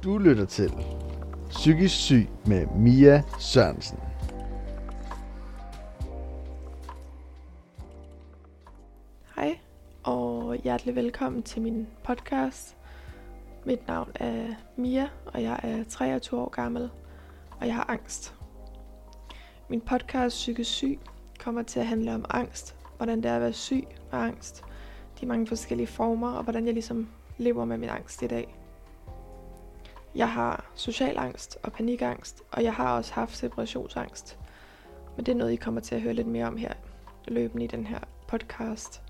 Du lytter til Psykisk Syg med Mia Sørensen. Hej, og hjertelig velkommen til min podcast. Mit navn er Mia, og jeg er 23 år gammel, og jeg har angst. Min podcast Psykisk Syg kommer til at handle om angst, hvordan det er at være syg med angst, de mange forskellige former, og hvordan jeg ligesom lever med min angst i dag. Jeg har social angst og panikangst, og jeg har også haft separationsangst. Men det er noget, I kommer til at høre lidt mere om her løbende i den her podcast.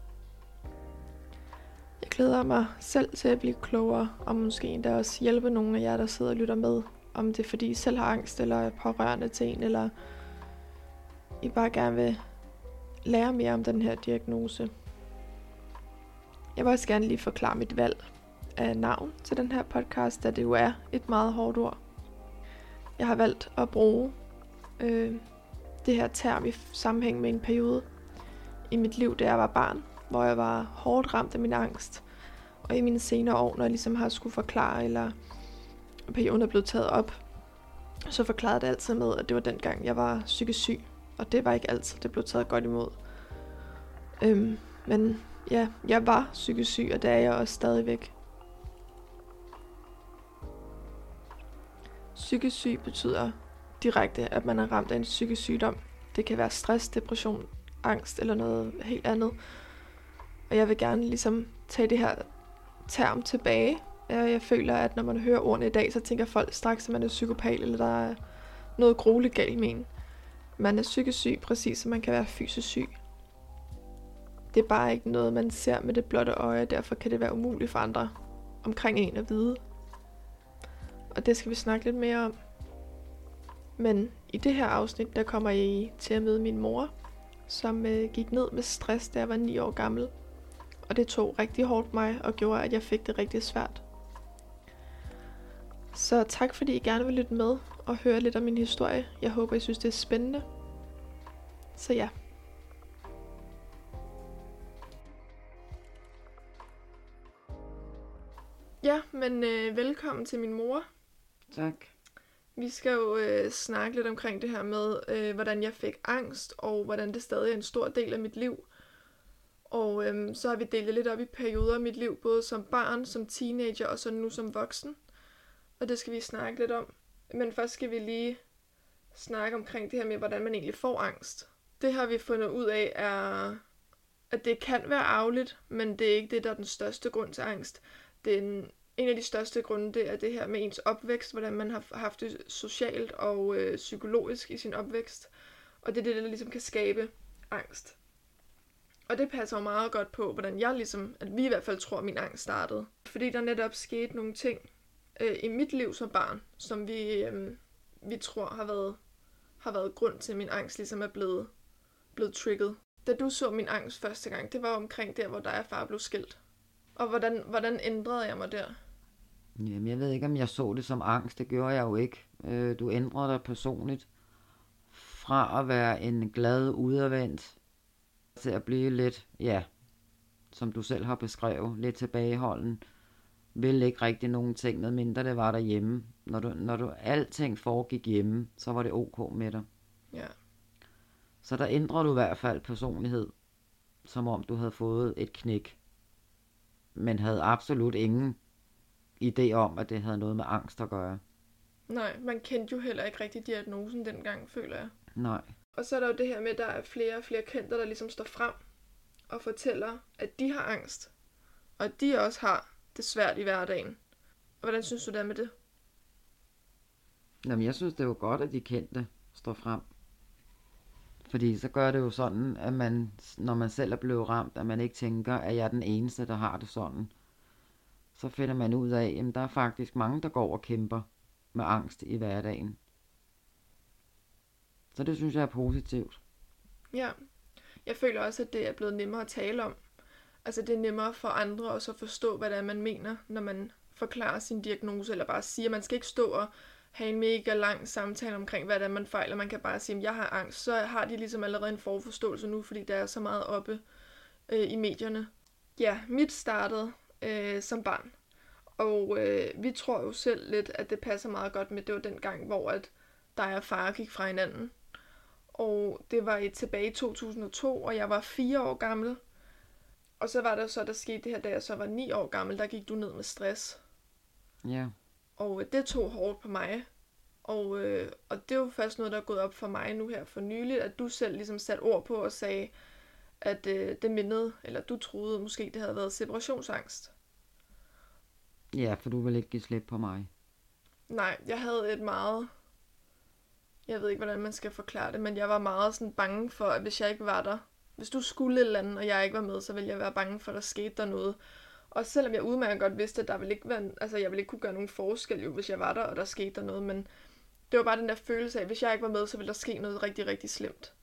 Jeg glæder mig selv til at blive klogere, og måske endda også hjælpe nogle af jer, der sidder og lytter med, om det er fordi I selv har angst, eller er pårørende til en, eller I bare gerne vil lære mere om den her diagnose. Jeg vil også gerne lige forklare mit valg af navn til den her podcast, da det jo er et meget hårdt ord. Jeg har valgt at bruge det her term i sammenhæng med en periode i mit liv, da jeg var barn, hvor jeg var hårdt ramt af min angst. Og i mine senere år, når jeg ligesom har skulle forklare, eller perioden er blevet taget op, så forklarede det altid med, at det var dengang, jeg var psykisk syg. Og det var ikke altid, det blev taget godt imod. Men ja, jeg var psykisk syg, og det er jeg også stadigvæk. Psykisk syg betyder direkte, at man er ramt af en psykisk sygdom. Det kan være stress, depression, angst eller noget helt andet. Og jeg vil gerne ligesom tage det her term tilbage. Jeg føler, at når man hører ordene i dag, så tænker folk straks, at man er psykopat, eller der er noget grueligt galt med en. Man er psykisk syg, præcis som man kan være fysisk syg. Det er bare ikke noget, man ser med det blotte øje, derfor kan det være umuligt for andre omkring en at vide. Og det skal vi snakke lidt mere om. Men i det her afsnit, der kommer I til at møde min mor, som gik ned med stress, da jeg var 9 år gammel. Og det tog rigtig hårdt mig, og gjorde, at jeg fik det rigtig svært. Så tak fordi I gerne vil lytte med og høre lidt om min historie. Jeg håber, I synes, det er spændende. Så ja. Ja, men velkommen til min mor. Tak. Vi skal jo snakke lidt omkring det her med, hvordan jeg fik angst, og hvordan det stadig er en stor del af mit liv. Og så har vi delt det lidt op i perioder af mit liv, både som barn, som teenager og så nu som voksen. Og det skal vi snakke lidt om. Men først skal vi lige snakke omkring det her med, hvordan man egentlig får angst. Det har vi fundet ud af, er, at det kan være arveligt, men det er ikke det, der er den største grund til angst. Det er en af de største grunde, det er det her med ens opvækst, hvordan man har haft det socialt og psykologisk i sin opvækst. Og det er det, der ligesom kan skabe angst. Og det passer jo meget godt på, hvordan jeg ligesom, at vi i hvert fald tror, at min angst startede. Fordi der netop skete nogle ting i mit liv som barn, som vi tror har været grund til, at min angst ligesom er blevet trigget. Da du så min angst første gang, det var omkring der, hvor dig og far blev skilt. Og hvordan ændrede jeg mig der? Jamen, jeg ved ikke, om jeg så det som angst. Det gjorde jeg jo ikke. Du ændrede dig personligt fra at være en glad, udadvendt, til at blive lidt, ja, som du selv har beskrevet, lidt tilbageholden. Vil ikke rigtig nogen ting, medmindre det var derhjemme. Når du alting foregik hjemme, så var det ok med dig. Ja. Så der ændrede du i hvert fald personlighed, som om du havde fået et knæk. Men havde absolut ingen idé om, at det havde noget med angst at gøre. Nej, man kendte jo heller ikke rigtig diagnosen dengang, føler jeg. Nej. Og så er der jo det her med, at der er flere og flere kendte, der ligesom står frem og fortæller, at de har angst. Og at de også har det svært i hverdagen. Hvordan synes du det er med det? Jamen, jeg synes, det er jo godt, at de kendte står frem. Fordi så gør det jo sådan, at man, når man selv er blevet ramt, at man ikke tænker, at jeg er den eneste, der har det sådan. Så finder man ud af, at der er faktisk mange, der går og kæmper med angst i hverdagen. Så det synes jeg er positivt. Ja, jeg føler også, at det er blevet nemmere at tale om. Altså det er nemmere for andre også at forstå, hvad det er, man mener, når man forklarer sin diagnose, eller bare siger, man skal ikke stå og have en mega lang samtale omkring, hvad det er, man fejler. Man kan bare sige, at jeg har angst, så har de ligesom allerede en forforståelse nu, fordi der er så meget oppe i medierne. Ja, mit startede som barn. Og vi tror jo selv lidt, at det passer meget godt med, det var den gang, hvor at dig og far gik fra hinanden. Og det var tilbage i 2002, og jeg var 4 år gammel. Og så var der så, der skete det her, da jeg så var 9 år gammel, der gik du ned med stress. Ja. Og det tog hårdt på mig. Og det er jo først noget, der er gået op for mig nu her for nyligt, at du selv ligesom satte ord på og sagde, at det mindede, eller du troede måske, det havde været separationsangst. Ja, for du vil ikke give slip på mig. Nej, jeg havde et meget... Jeg ved ikke, hvordan man skal forklare det, men jeg var meget sådan bange for, at hvis jeg ikke var der, hvis du skulle et eller andet, og jeg ikke var med, så ville jeg være bange for, at der skete der noget. Og selvom jeg udmærket godt vidste, at der ville ikke være, altså jeg ville ikke kunne gøre nogen forskel, jo, hvis jeg var der, og der skete der noget, men det var bare den der følelse af, at hvis jeg ikke var med, så ville der ske noget rigtig, rigtig slemt.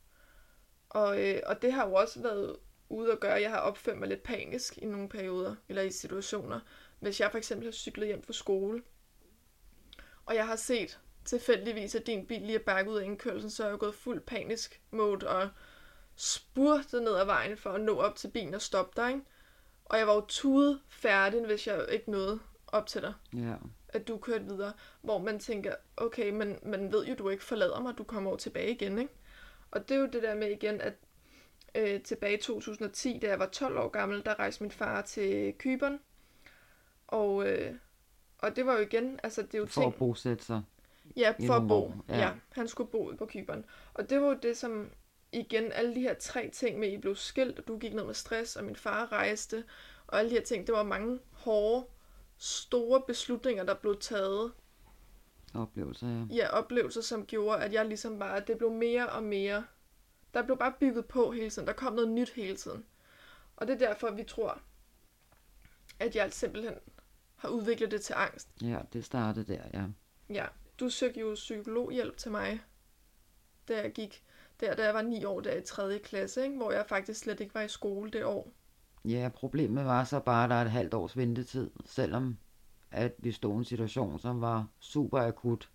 Og det har jo også været ude at gøre, jeg har opført mig lidt panisk i nogle perioder, eller i situationer. Hvis jeg for eksempel har cyklet hjem fra skole, og jeg har set tilfældigvis, at din bil lige er bakket ud af indkørelsen, så er jeg gået fuld panisk mode og spurtet ned ad vejen for at nå op til bilen og stoppe dig, ikke? Og jeg var jo tudet færdig, hvis jeg ikke nåede op til dig. Ja. At du kørte videre. Hvor man tænker, okay, men man ved jo, du ikke forlader mig, du kommer jo tilbage igen, ikke? Og det er jo det der med igen, at tilbage i 2010, da jeg var 12 år gammel, der rejste min far til Cypern. Og det var jo igen, altså det er jo For at bosætte sig. Ja, for at bo. Ja. Ja, han skulle bo på Cypern. Og det var jo det, som igen, alle de her 3 ting med, I blev skilt, og du gik ned med stress, og min far rejste, og alle de her ting, det var mange hårde, store beslutninger, der blev taget. Oplevelser, ja. Ja, oplevelser, som gjorde, at jeg ligesom bare, det blev mere og mere, der blev bare bygget på hele tiden, der kom noget nyt hele tiden. Og det er derfor, vi tror, at jeg simpelthen har udviklet det til angst. Ja, det startede der, ja. Ja, du søgte jo psykologhjælp til mig, da jeg gik da jeg var 9 år, der i 3. klasse, ikke? Hvor jeg faktisk slet ikke var i skole det år. Ja, problemet var så bare, at der er et halvt års ventetid, selvom at vi stod i en situation, som var super akut.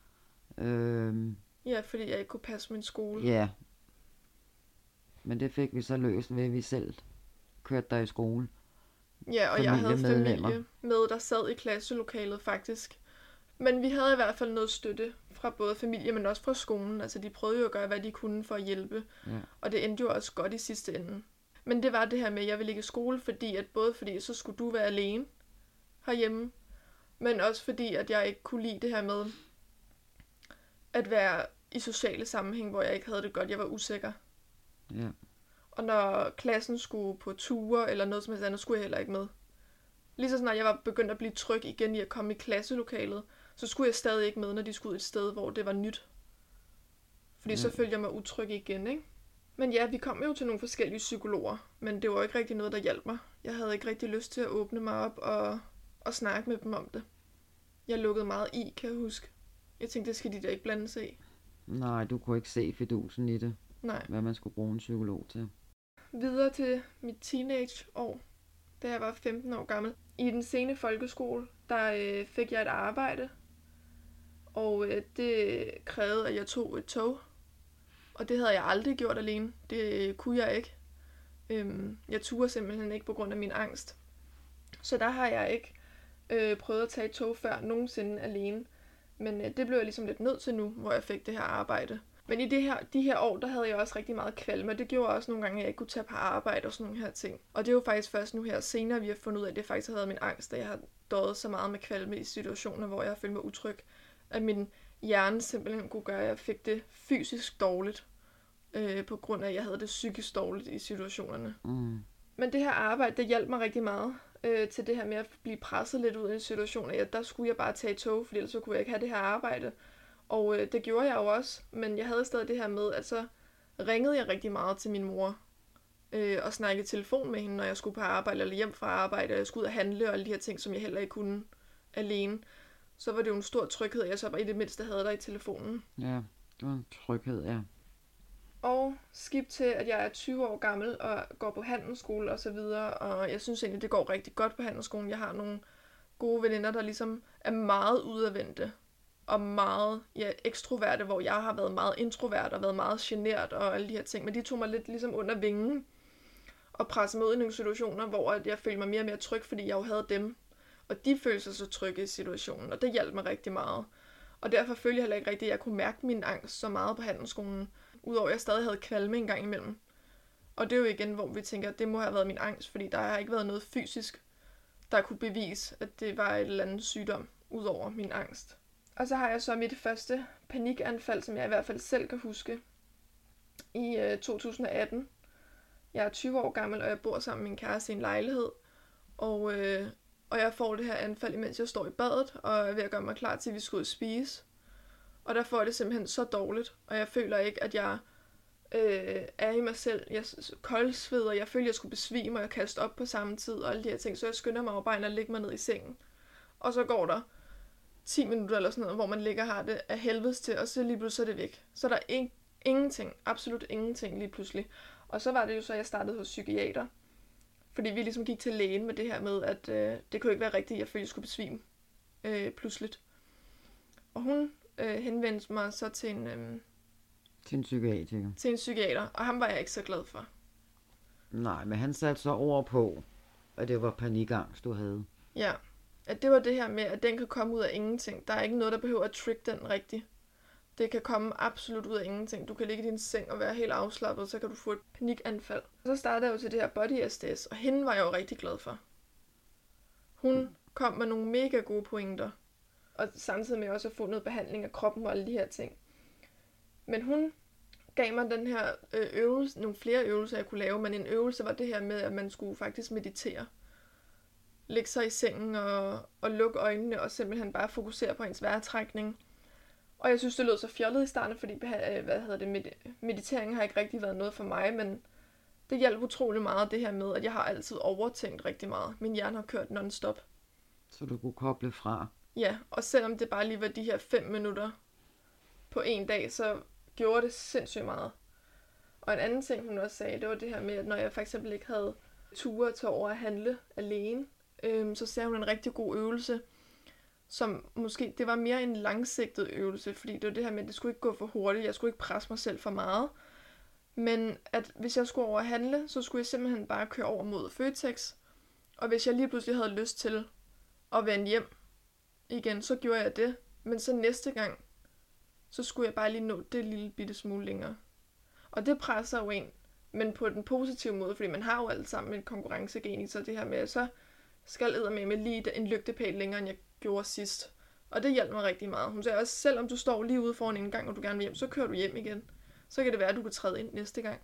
Ja, fordi jeg ikke kunne passe min skole. Ja. Men det fik vi så løst ved, at vi selv kørte der i skole. Ja, og jeg havde familie med, der sad i klasselokalet faktisk. Men vi havde i hvert fald noget støtte fra både familie, men også fra skolen. Altså de prøvede jo at gøre, hvad de kunne for at hjælpe. Ja. Og det endte jo også godt i sidste ende. Men det var det her med, at jeg ville ikke i skole, fordi så skulle du være alene herhjemme. Men også fordi, at jeg ikke kunne lide det her med at være i sociale sammenhæng, hvor jeg ikke havde det godt. Jeg var usikker. Ja. Og når klassen skulle på ture eller noget som helst andet, skulle jeg heller ikke med. Lige så snart jeg var begyndt at blive tryg igen i at komme i klasselokalet, så skulle jeg stadig ikke med, når de skulle et sted, hvor det var nyt. Fordi så følte jeg mig utryg igen, ikke? Men ja, vi kom jo til nogle forskellige psykologer, men det var ikke rigtig noget, der hjalp mig. Jeg havde ikke rigtig lyst til at åbne mig op og snakke med dem om det. Jeg lukkede meget i, kan jeg huske. Jeg tænkte, det skal de da ikke blande sig i. Nej, du kunne ikke se fidusen i det. Nej. Hvad man skulle bruge en psykolog til. Videre til mit teenageår, da jeg var 15 år gammel. I den sene folkeskole, der fik jeg et arbejde. Og det krævede, at jeg tog et tog. Og det havde jeg aldrig gjort alene. Det kunne jeg ikke. Jeg turde simpelthen ikke på grund af min angst. Så der har jeg ikke prøvet at tage et tog før nogensinde alene. Men det blev jeg ligesom lidt nødt til nu, hvor jeg fik det her arbejde. Men i de her år, der havde jeg også rigtig meget kvalme, og det gjorde også nogle gange, at jeg ikke kunne tage på arbejde og sådan nogle her ting. Og det er jo faktisk først nu her senere, vi har fundet ud af, at det faktisk har været min angst, at jeg har døjet så meget med kvalme i situationer, hvor jeg har følt mig utryg, at min hjerne simpelthen kunne gøre, at jeg fik det fysisk dårligt, på grund af, at jeg havde det psykisk dårligt i situationerne. Mm. Men det her arbejde, det hjalp mig rigtig meget til det her med at blive presset lidt ud i en situation, at der skulle jeg bare tage tog, for ellers så kunne jeg ikke have det her arbejde. Og det gjorde jeg jo også, men jeg havde stadig det her med, at så ringede jeg rigtig meget til min mor, og snakkede i telefon med hende, når jeg skulle på arbejde eller hjem fra arbejde, og jeg skulle ud og handle og alle de her ting, som jeg heller ikke kunne alene. Så var det jo en stor tryghed, jeg så bare i det mindste havde der i telefonen. Ja, det var en tryghed, ja. Og skib til, at jeg er 20 år gammel og går på handelsskole og så videre, og jeg synes egentlig, det går rigtig godt på handelsskolen. Jeg har nogle gode veninder, der ligesom er meget udadvendte og meget ekstroverte, hvor jeg har været meget introvert og været meget genert og alle de her ting. Men de tog mig lidt ligesom under vingen og pressede mig ud i nogle situationer, hvor jeg følte mig mere og mere tryg, fordi jeg jo havde dem. Og de følte sig så trygge i situationen, og det hjalp mig rigtig meget. Og derfor følte jeg heller ikke rigtigt, at jeg kunne mærke min angst så meget på handelsskolen, udover at jeg stadig havde kvalme en gang imellem. Og det er jo igen, hvor vi tænker, at det må have været min angst, fordi der har ikke været noget fysisk, der kunne bevise, at det var et eller andet sygdom, udover min angst. Og så har jeg så mit første panikanfald, som jeg i hvert fald selv kan huske, i 2018. Jeg er 20 år gammel, og jeg bor sammen med min kæreste i en lejlighed. Og jeg får det her anfald, imens jeg står i badet, og er ved at gøre mig klar til, at vi skal ud og spise. Og der får jeg det simpelthen så dårligt, og jeg føler ikke, at jeg er i mig selv. Jeg koldsveder, jeg føler, at jeg skulle besvime, og jeg kaster op på samme tid, og alle de her ting. Så jeg skynder mig over bare at lægge mig ned i sengen. Og så går der 10 minutter eller sådan noget, hvor man ligger og har det af helvedes til, og så lige pludselig er det væk. Så er der ingenting, absolut ingenting lige pludselig. Og så var det jo så, at jeg startede hos psykiater. Fordi vi ligesom gik til lægen med det her med, at det kunne ikke være rigtigt, at jeg følte, at jeg skulle besvime pludseligt. Og hun henvendte mig så til en psykiater. Til en psykiater, og ham var jeg ikke så glad for. Nej, men han satte så over på, at det var panikangst, du havde. Ja, at det var det her med, at den kan komme ud af ingenting. Der er ikke noget, der behøver at trigge den rigtigt. Det kan komme absolut ud af ingenting. Du kan ligge i din seng og være helt afslappet, så kan du få et panikanfald. Og så startede jeg jo til det her body SDS, og hende var jeg jo rigtig glad for. Hun kom med nogle mega gode pointer, og samtidig med også at få noget behandling af kroppen og alle de her ting. Men hun gav mig den her øvelse, nogle flere øvelser, jeg kunne lave, men en øvelse var det her med, at man skulle faktisk meditere. Lægge sig i sengen og lukke øjnene og simpelthen bare fokusere på ens vejrtrækning. Og jeg synes, det lød så fjollet i starten, fordi meditering har ikke rigtig været noget for mig, men det hjalp utrolig meget det her med, at jeg har altid overtænkt rigtig meget. Min hjerne har kørt non-stop. Så du kunne koble fra? Ja, og selvom det bare lige var de her 5 minutter på en dag, så gjorde det sindssygt meget. Og en anden ting, hun også sagde, det var det her med, at når jeg for eksempel ikke havde ture til over at handle alene, så sagde hun en rigtig god øvelse, som måske, det var mere en langsigtet øvelse, fordi det var det her med, at det skulle ikke gå for hurtigt, jeg skulle ikke presse mig selv for meget, men at hvis jeg skulle over at handle, så skulle jeg simpelthen bare køre over mod Føtex, og hvis jeg lige pludselig havde lyst til at vende hjem igen, så gjorde jeg det, men så næste gang, så skulle jeg bare lige nå det lille bitte smule længere. Og det presser jo en, men på den positive måde, fordi man har jo alt sammen et konkurrencegen i sig, det her med, så skal eddermame lige en lygtepæl længere, end jeg gjorde sidst. Og det hjalp mig rigtig meget. Hun sagde også, selvom du står lige ude foran en indgang, og du gerne vil hjem, så kører du hjem igen. Så kan det være, at du kan træde ind næste gang.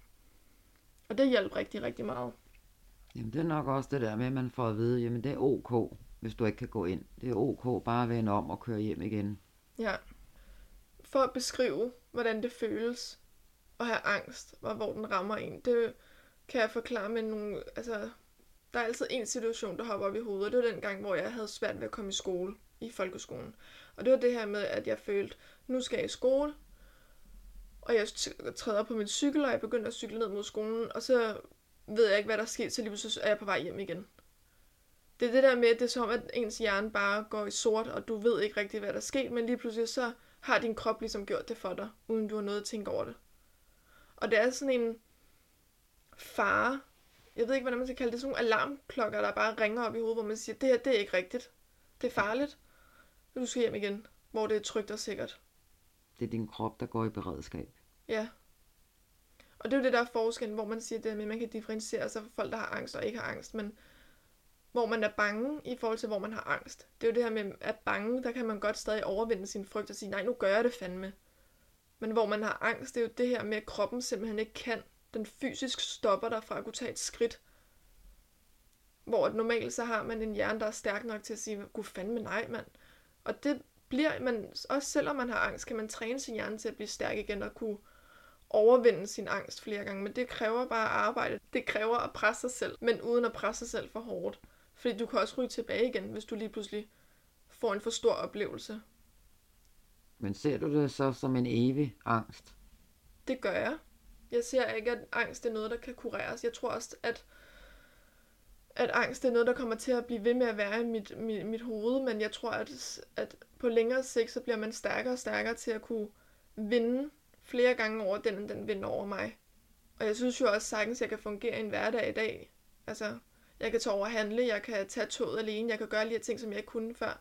Og det hjalp rigtig, rigtig meget. Jamen det er nok også det der med, at man får at vide, jamen det er ok, hvis du ikke kan gå ind. Det er ok bare at vende om og køre hjem igen. Ja. For at beskrive, hvordan det føles at have angst, og hvor den rammer en, det kan jeg forklare med nogle, altså, der er altid en situation, der hopper op i hovedet. Det var den gang, hvor jeg havde svært ved at komme i skole, i folkeskolen. Og det var det her med, at jeg følte, nu skal jeg i skole, og jeg træder på min cykel, og jeg begynder at cykle ned mod skolen, og så ved jeg ikke, hvad der sker, så lige pludselig er jeg på vej hjem igen. Det er det der med, at det er som, at ens hjerne bare går i sort, og du ved ikke rigtig, hvad der sker, men lige pludselig så har din krop ligesom gjort det for dig, uden du har noget at tænke over det. Og det er sådan en fare. Jeg ved ikke, hvordan man skal kalde det. Sådan nogle alarmklokker, der bare ringer op i hovedet, hvor man siger, det her, det er ikke rigtigt. Det er farligt. Du skal hjem igen, hvor det er trygt og sikkert. Det er din krop, der går i beredskab. Ja. Og det er jo det, der er forskellen, hvor man siger det med, at man kan differentiere sig for folk, der har angst og ikke har angst. Men hvor man er bange i forhold til, hvor man har angst. Det er jo det her med, at bange, der kan man godt stadig overvinde sin frygt og sige, nej, nu gør jeg det fandme. Men hvor man har angst, det er jo det her med, at kroppen simpelthen ikke kan. Den fysisk stopper dig fra at kunne tage et skridt. Hvor normalt så har man en hjerne, der er stærk nok til at sige, gud fandme nej, mand. Og det bliver man, også selvom man har angst, kan man træne sin hjerne til at blive stærk igen og kunne overvinde sin angst flere gange. Men det kræver bare arbejde. Det kræver at presse sig selv, men uden at presse sig selv for hårdt. Fordi du kan også ryge tilbage igen, hvis du lige pludselig får en for stor oplevelse. Men ser du det så som en evig angst? Det gør jeg. Jeg ser ikke, at angst er noget, der kan kureres. Jeg tror også, at angst er noget, der kommer til at blive ved med at være i mit hoved, men jeg tror, at på længere sigt, så bliver man stærkere og stærkere til at kunne vinde flere gange over den vinder over mig. Og jeg synes jo også sagtens, at jeg kan fungere i en hverdag i dag. Altså, Jeg kan tage over og handle, jeg kan tage toget alene, jeg kan gøre alle de her ting, som jeg ikke kunne før.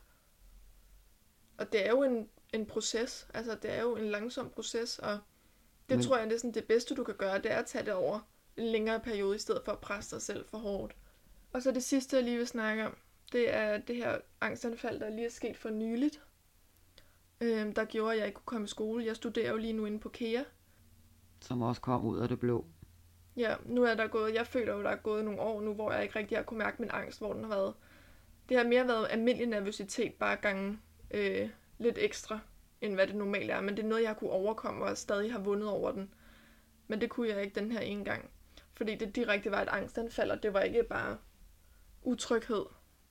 Og det er jo en proces, altså det er jo en langsom proces, og det tror jeg næsten det bedste, du kan gøre, det er at tage det over en længere periode, i stedet for at presse dig selv for hårdt. Og så det sidste, jeg lige vil snakke om, det er det her angstanfald, der lige er sket for nyligt. Der gjorde, at jeg ikke kunne komme i skole. Jeg studerer jo lige nu inde på KEA. Som også kom ud af det blå. Ja, nu er der gået, jeg føler jo, der er gået nogle år nu, hvor jeg ikke rigtig har kunne mærke min angst, hvor den har været. Det har mere været almindelig nervøsitet, bare gange lidt ekstra, end hvad det normalt er. Men det er noget, jeg har kunne overkomme, og stadig har vundet over den. Men det kunne jeg ikke den her ene gang. Fordi det direkte var et angstanfald, og det var ikke bare utryghed.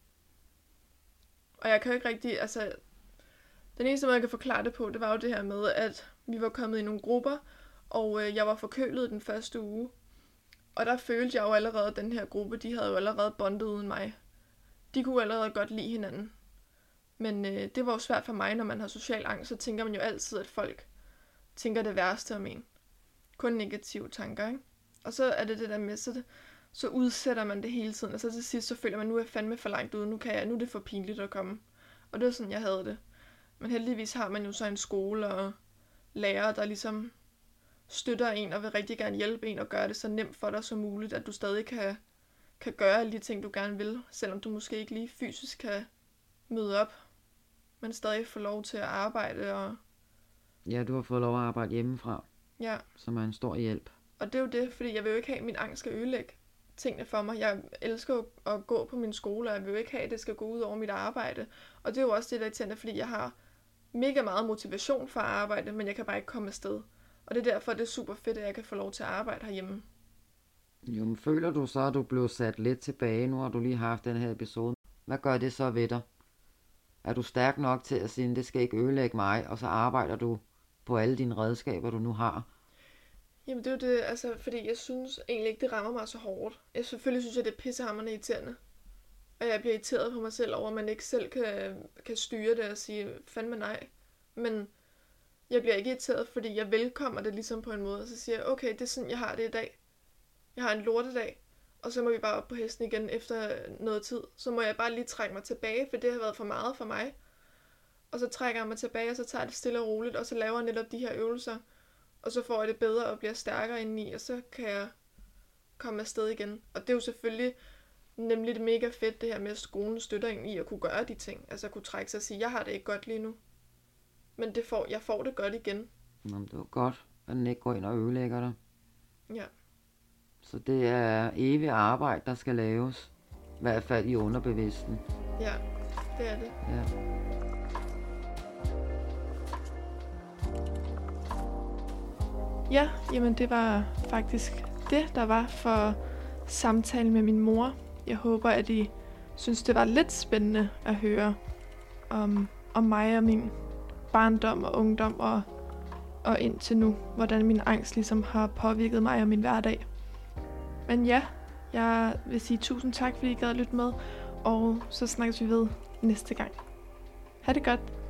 Og jeg kan jo ikke rigtig, altså, den eneste måde, jeg kan forklare det på, det var jo det her med, at vi var kommet i nogle grupper, og jeg var forkølet den første uge. Og der følte jeg jo allerede, at den her gruppe, de havde jo allerede bondet uden mig. De kunne allerede godt lide hinanden. Men det var jo svært for mig, når man har social angst, så tænker man jo altid, at folk tænker det værste om en. Kun negative tanker, ikke? Og så er det der med, så udsætter man det hele tiden, og så til sidst, så føler man, nu er jeg fandme for langt ude, nu er det for pinligt at komme. Og det var sådan, jeg havde det. Men heldigvis har man jo så en skole og lærere, der ligesom støtter en og vil rigtig gerne hjælpe en og gøre det så nemt for dig som muligt, at du stadig kan gøre alle de ting, du gerne vil, selvom du måske ikke lige fysisk kan møde op, men stadig få lov til at arbejde. Og Ja, du har fået lov at arbejde hjemmefra, ja, som er en stor hjælp. og det er jo det, fordi jeg vil jo ikke have, at min angst skal ødelægge tingene for mig. Jeg elsker jo at gå på min skole, og jeg vil jo ikke have, at det skal gå ud over mit arbejde. Og det er jo også det, der irriterende, fordi jeg har mega meget motivation for at arbejde, men jeg kan bare ikke komme afsted. Og det er derfor, det er super fedt, at jeg kan få lov til at arbejde herhjemme. Jo, men føler du så, at du blev sat lidt tilbage? Nu har du lige haft den her episode. Hvad gør det så ved dig? Er du stærk nok til at sige, at det skal ikke ødelægge mig, og så arbejder du på alle dine redskaber, du nu har? Jamen det er jo det, altså, fordi jeg synes egentlig ikke, det rammer mig så hårdt. Selvfølgelig synes jeg, det er pissehammerende irriterende. Og jeg bliver irriteret på mig selv over, at man ikke selv kan styre det og sige, fandme nej. Men jeg bliver ikke irriteret, fordi jeg velkommer det ligesom på en måde, og så siger jeg, okay, det er sådan, jeg har det i dag. Jeg har en lortedag, og så må vi bare op på hesten igen efter noget tid. Så må jeg bare lige trække mig tilbage, for det har været for meget for mig. Og så trækker jeg mig tilbage, og så tager jeg det stille og roligt, og så laver jeg netop de her øvelser. Og så får jeg det bedre og bliver stærkere indeni, og så kan jeg komme afsted igen. Og det er jo selvfølgelig nemlig det mega fedt, det her med, at skolen støtter en i at kunne gøre de ting. Altså at kunne trække sig og sige, jeg har det ikke godt lige nu. Men jeg får det godt igen. Jamen, det var godt, at den ikke går ind og ødelægger dig. Ja. Så det er evigt arbejde, der skal laves. I hvert fald i underbevidsten. Ja, det er det. Ja. Ja, jamen det var faktisk det, der var for samtalen med min mor. Jeg håber, at I synes, det var lidt spændende at høre om mig og min barndom og ungdom og indtil nu, hvordan min angst ligesom har påvirket mig og min hverdag. Men ja, jeg vil sige tusind tak, fordi I gad at lytte med, og så snakkes vi ved næste gang. Ha' det godt!